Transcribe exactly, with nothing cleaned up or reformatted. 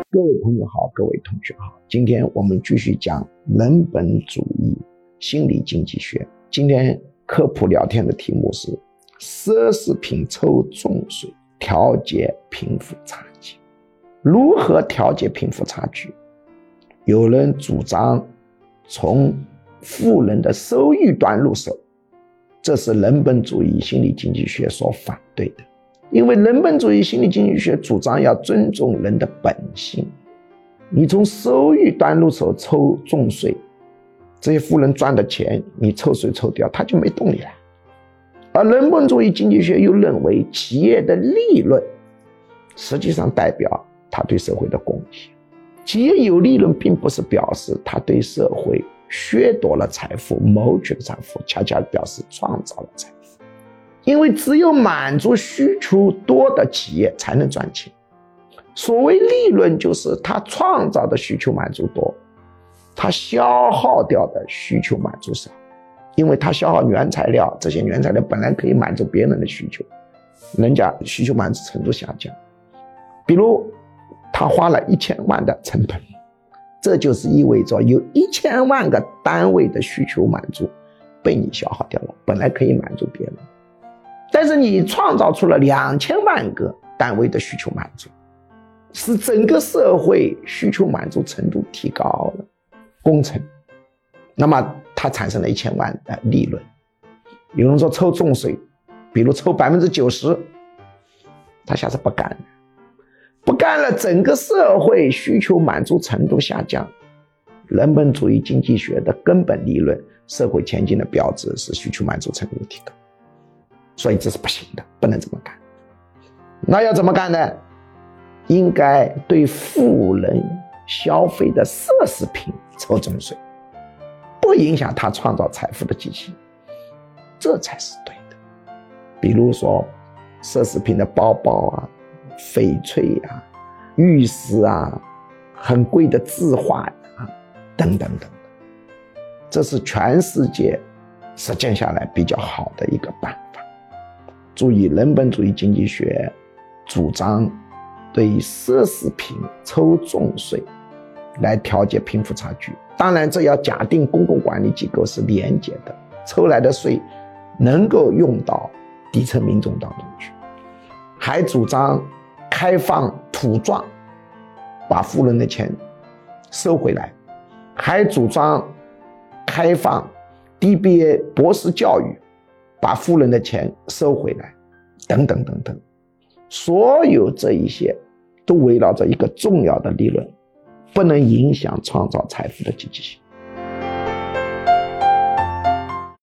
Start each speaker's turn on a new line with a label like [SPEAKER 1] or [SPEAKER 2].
[SPEAKER 1] 各位朋友好，各位同学好，今天我们继续讲人本主义心理经济学。今天科普聊天的题目是奢侈品抽重税，调节贫富差距。如何调节贫富差距？有人主张从富人的收益端入手，这是人本主义心理经济学所反对的。因为人本主义心理经济学主张要尊重人的本性，你从收益端入手抽重税，这些富人赚的钱你抽税抽掉，他就没动力了。而人本主义经济学又认为企业的利润实际上代表他对社会的贡献，企业有利润并不是表示他对社会削夺了财富谋取了财富，恰恰表示创造了财富。因为只有满足需求多的企业才能赚钱，所谓利润就是他创造的需求满足多，他消耗掉的需求满足少。因为他消耗原材料，这些原材料本来可以满足别人的需求，人家需求满足程度下降。比如他花了一千万的成本，这就是意味着有一千万个单位的需求满足被你消耗掉了，本来可以满足别人，但是你创造出了两千万个单位的需求满足，使整个社会需求满足程度提高了工程，那么它产生了一千万的利润。有人说抽重税，比如抽 百分之九十， 他下次不干了，不干了，整个社会需求满足程度下降。人本主义经济学的根本理论，社会前进的标志是需求满足程度提高，所以这是不行的，不能这么干。那要怎么干呢？应该对富人消费的奢侈品抽重税，不影响他创造财富的机器，这才是对的。比如说奢侈品的包包啊、翡翠啊、玉石啊、很贵的字画啊等等等，这是全世界实践下来比较好的一个办法。注意，人本主义经济学主张对奢侈品抽重税来调节贫富差距，当然这要假定公共管理机构是廉洁的，抽来的税能够用到底层民众当中去。还主张开放土庄，把富人的钱收回来，还主张开放低毕业博士教育，把富人的钱收回来，等等等等。所有这一些都围绕着一个重要的理论，不能影响创造财富的积极性。